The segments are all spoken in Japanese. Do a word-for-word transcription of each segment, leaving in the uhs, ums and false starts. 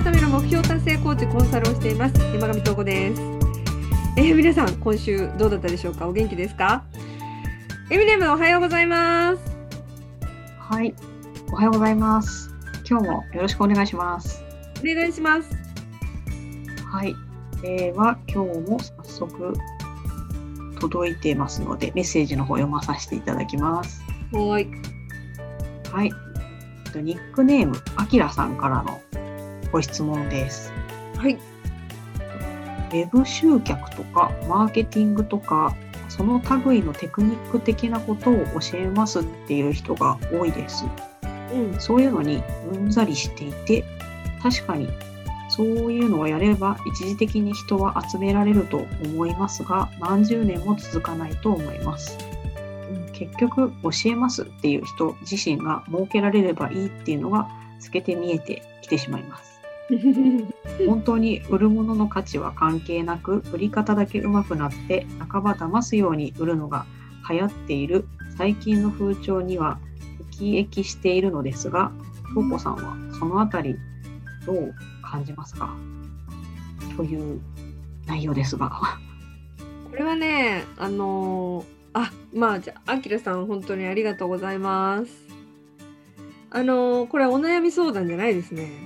ための目標達成コーチコンサルをしています山上東子です。えー、皆さん今週どうだったでしょうか。お元気ですか。エミネムおはようございます。 はい、おはようございます。今日もよろしくお願いします。 お願いします。 はい、では今日も早速届いてますのでメッセージの方読まさせていただきます。 はい。 はい、ニックネームあきらさんからのご質問です。 はい。 ウェブ集客とかマーケティングとかその類のテクニック的なことを教えますっていう人が多いです。 うん、 そういうのにうんざりしていて、確かにそういうのをやれば一時的に人は集められると思いますが、何十年も続かないと思います。結局教えますっていう人自身が設けられればいいっていうのが透けて見えてきてしまいます。本当に売るものの価値は関係なく、売り方だけ上手くなって半ば騙すように売るのが流行っている最近の風潮には適益しているのですが、東子さんはそのあたりどう感じますかという内容ですが。 これはね、あのー、あ、まあじゃあ、あきらさん本当にありがとうございます。あのー、これはお悩み相談じゃないですね。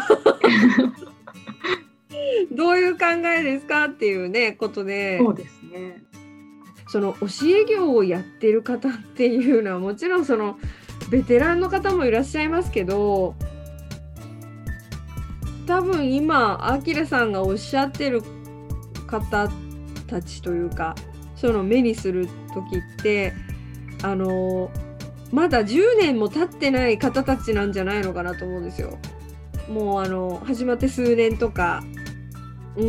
どういう考えですかっていうねことで、 そうですね。 その教え業をやってる方っていうのはもちろんそのベテランの方もいらっしゃいますけど、多分今あきらさんがおっしゃってる方たちというか、その目にする時ってあのまだじゅうねんも経ってない方たちなんじゃないのかなと思うんですよ。もうあの始まって数年とか、うん、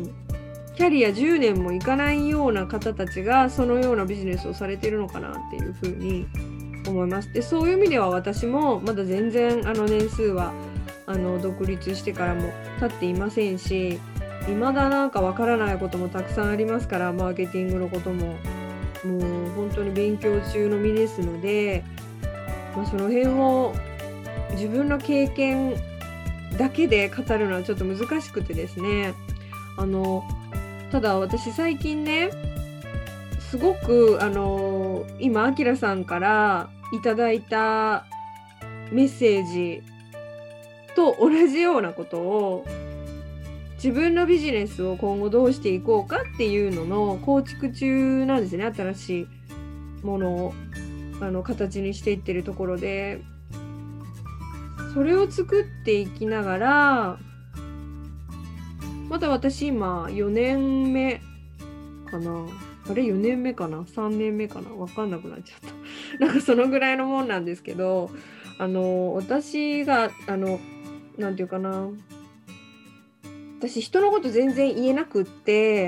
キャリアじゅうねんもいかないような方たちがそのようなビジネスをされているのかなっていうふうに思います。で、そういう意味では私もまだ全然あの年数はあの独立してからも経っていませんし、未だなんかわからないこともたくさんありますから、マーケティングのことももう本当に勉強中の身ですので、まあ、その辺を自分の経験だけで語るのはちょっと難しくてですね、あのただ私最近ねすごくあの今あきらさんからいただいたメッセージと同じようなことを、自分のビジネスを今後どうしていこうかっていうのの構築中なんですね。新しいものをあの形にしていってるところで、それを作っていきながら、まだ私今よねんめかな、あれよねんめかな、さんねんめかな、分かんなくなっちゃったなんかそのぐらいのもんなんですけど、あの私があのなんていうかな、私人のこと全然言えなくって、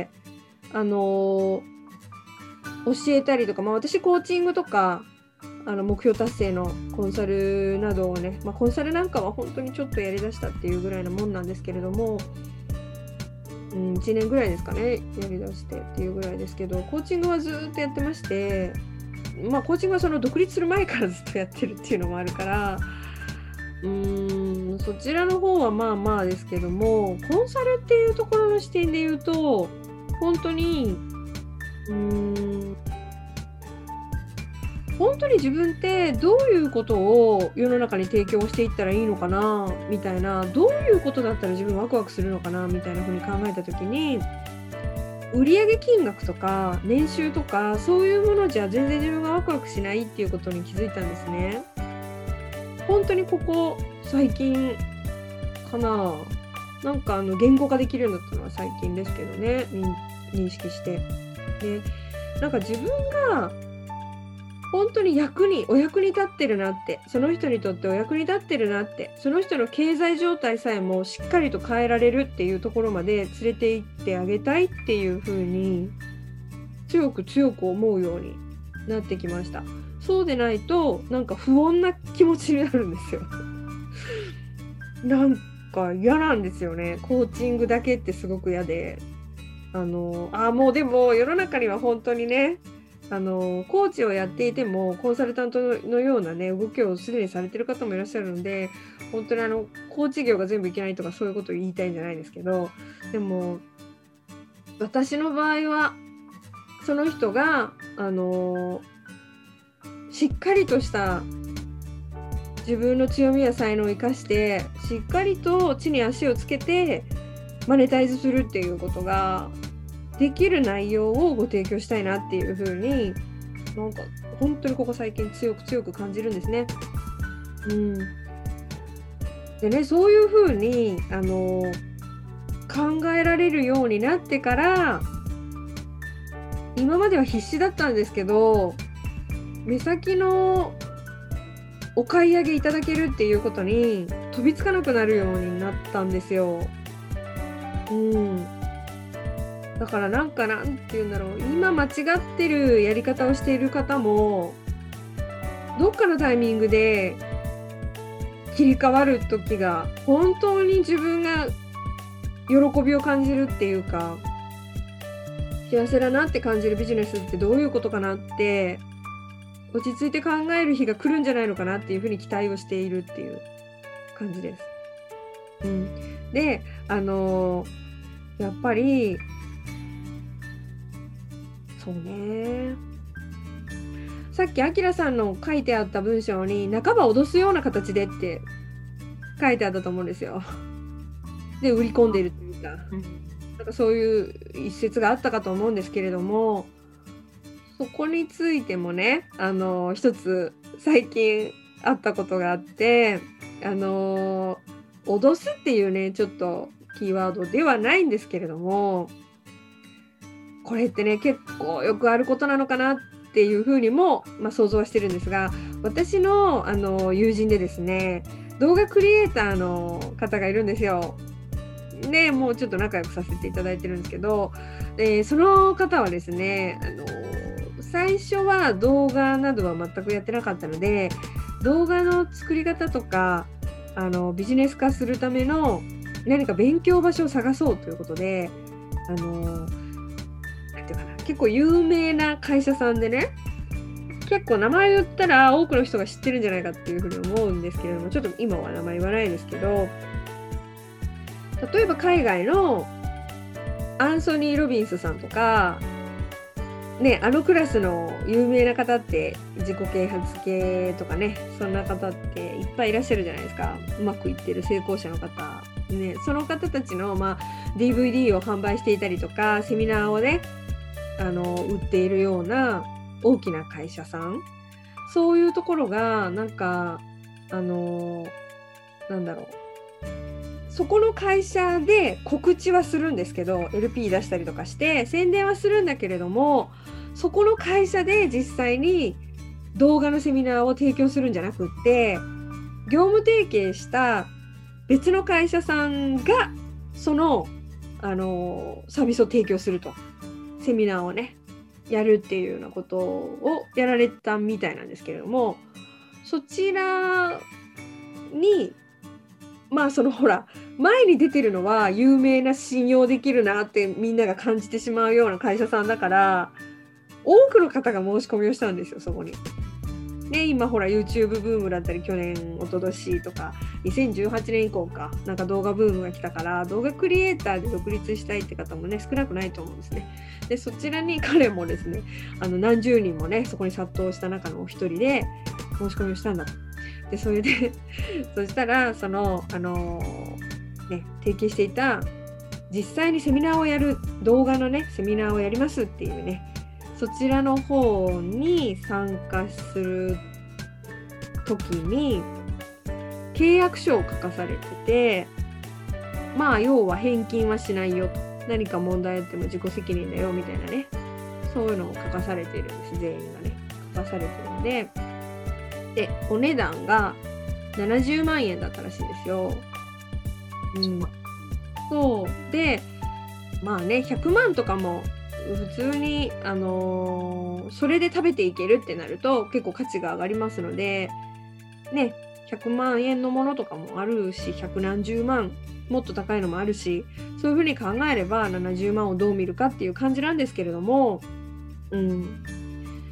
あの教えたりとか、まあ、私コーチングとかあの目標達成のコンサルなどをね、まあ、コンサルなんかは本当にちょっとやりだしたっていうぐらいのもんなんですけれども、うん、いちねんぐらいですかね、やりだしてっていうぐらいですけど、コーチングはずっとやってまして、まあコーチングはその独立する前からずっとやってるっていうのもあるから、うーんそちらの方はまあまあですけども、コンサルっていうところの視点で言うと本当にうーん本当に自分ってどういうことを世の中に提供していったらいいのかなみたいな、どういうことだったら自分ワクワクするのかなみたいな風に考えた時に、売上金額とか年収とかそういうものじゃ全然自分がワクワクしないっていうことに気づいたんですね。本当にここ最近かな、なんかあの言語化できるようになったのは最近ですけどね、認識して、でなんか自分が本当に役にお役に立ってるなって、その人にとってお役に立ってるなって、その人の経済状態さえもしっかりと変えられるっていうところまで連れて行ってあげたいっていう風に強く強く思うようになってきました。そうでないとなんか不穏な気持ちになるんですよなんか嫌なんですよね。コーチングだけってすごく嫌で、あのあもうでも世の中には本当にね、 あのコーチをやっていてもコンサルタントのようなね動きをすでにされてる方もいらっしゃるので、本当にあのコーチ業が全部いけないとかそういうことを言いたいんじゃないですけど、でも私の場合はその人があのしっかりとした自分の強みや才能を生かしてしっかりと地に足をつけてマネタイズするっていうことができる内容をご提供したいなっていうふうに、なんか本当にここ最近強く強く感じるんですね。うん、でね、そういうふうにあの考えられるようになってから、今までは必死だったんですけど、目先のお買い上げいただけるっていうことに飛びつかなくなるようになったんですよ。うん、だからなんかなんていうんだろう、今間違ってるやり方をしている方もどっかのタイミングで切り替わる時が、本当に自分が喜びを感じるっていうか幸せだなって感じるビジネスってどういうことかなって落ち着いて考える日が来るんじゃないのかなっていうふうに期待をしているっていう感じです。うん、で、あのー、やっぱりそうね、さっきあきらさんの書いてあった文章に半ば脅すような形でって書いてあったと思うんですよ。で、売り込んでいるというか、うん、なんかそういう一節があったかと思うんですけれども、そこについてもね、あの一つ最近あったことがあって、あの脅すっていうねちょっとキーワードではないんですけれども、これってね結構よくあることなのかなっていうふうにも、まあ、想像はしてるんですが、私の、あの友人でですね、動画クリエイターの方がいるんですよ。で、もうちょっと仲良くさせていただいてるんですけど、でその方はですね、あの最初は動画などは全くやってなかったので、動画の作り方とかあのビジネス化するための何か勉強場所を探そうということで、あのなんていうかな、結構有名な会社さんでね、結構名前を言ったら多くの人が知ってるんじゃないかっていうふうに思うんですけれども、ちょっと今は名前言わないですけど、例えば海外のアンソニー・ロビンスさんとかね、あのクラスの有名な方って自己啓発系とかね、そんな方っていっぱいいらっしゃるじゃないですか。うまくいってる成功者の方、ね、その方たちの、まあ、ディーブイディー を販売していたりとか、セミナーをねあの売っているような大きな会社さん、そういうところがなんかあのなんだろう、そこの会社で告知はするんですけど、 エルピー 出したりとかして宣伝はするんだけれども、そこの会社で実際に動画のセミナーを提供するんじゃなくって、業務提携した別の会社さんがその、あのサービスを提供すると、セミナーをねやるっていうようなことをやられたみたいなんですけれども、そちらにまあそのほら前に出てるのは有名な信用できるなってみんなが感じてしまうような会社さんだから、多くの方が申し込みをしたんですよ、そこに。で、今ほら YouTube ブームだったり、去年一昨年とかにせんじゅうはちねん以降かなんか動画ブームが来たから、動画クリエイターで独立したいって方もね少なくないと思うんですね。でそちらに彼もですね、あの何十人もねそこに殺到した中のお一人で申し込みをしたんだと。でそれでそしたらそのあのー、ね提携していた実際にセミナーをやる動画のねセミナーをやりますっていうね、そちらの方に参加する時に契約書を書かされてて、まあ要は返金はしないよと、何か問題あっても自己責任だよみたいなね、そういうのを書かされているんです。全員がね書かされてるんで、でお値段がななじゅうまんえんだったらしいんですよ。うん、そうでまあねひゃくまんとかも普通に、あのー、それで食べていけるってなると結構価値が上がりますのでね、ひゃくまんえんのものとかもあるし、百何十万もっと高いのもあるし、そういうふうに考えればななじゅうまんをどう見るかっていう感じなんですけれども、うん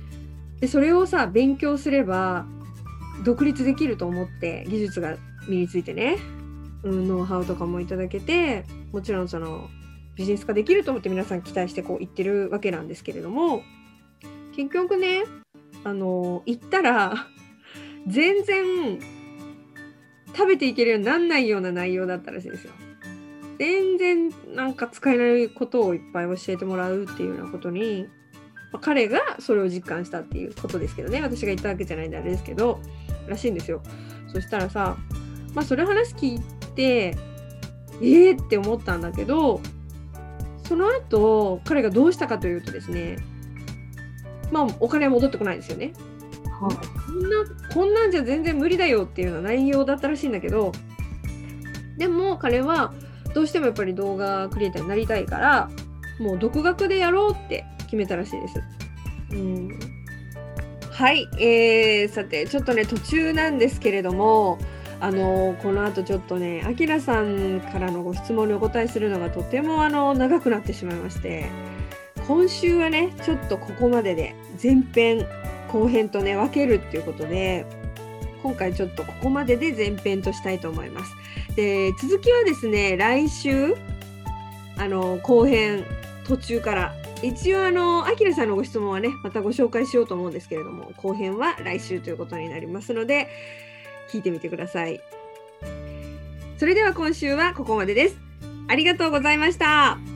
でそれをさ勉強すれば独立できると思って、技術が身についてね、うん、ノウハウとかもいただけて、もちろんそのビジネス化できると思って皆さん期待してこう言ってるわけなんですけれども、結局ね、あの言ったら全然食べていけるようになんないような内容だったらしいですよ。全然なんか使えないことをいっぱい教えてもらうっていうようなことに、まあ、彼がそれを実感したっていうことですけどね、私が言ったわけじゃないんであれですけど、らしいんですよ。そしたらさ、まあそれ話聞いてえーって思ったんだけど、その後彼がどうしたかというとですね、まあお金は戻ってこないですよね。 はい、 こんなこんなんじゃ全然無理だよっていうような内容だったらしいんだけど、でも彼はどうしてもやっぱり動画クリエイターになりたいから、もう独学でやろうって決めたらしいです。うん、はい、えー、さてちょっとね途中なんですけれども、あのこの後ちょっとねあきらさんからのご質問にお答えするのがとてもあの長くなってしまいまして、今週はねちょっとここまでで前編後編とね分けるっていうことで、今回ちょっとここまでで前編としたいと思います。で続きはですね、来週あの後編途中から一応あのあきらさんのご質問はねまたご紹介しようと思うんですけれども、後編は来週ということになりますので聞いてみてください。それでは今週はここまでです。ありがとうございました。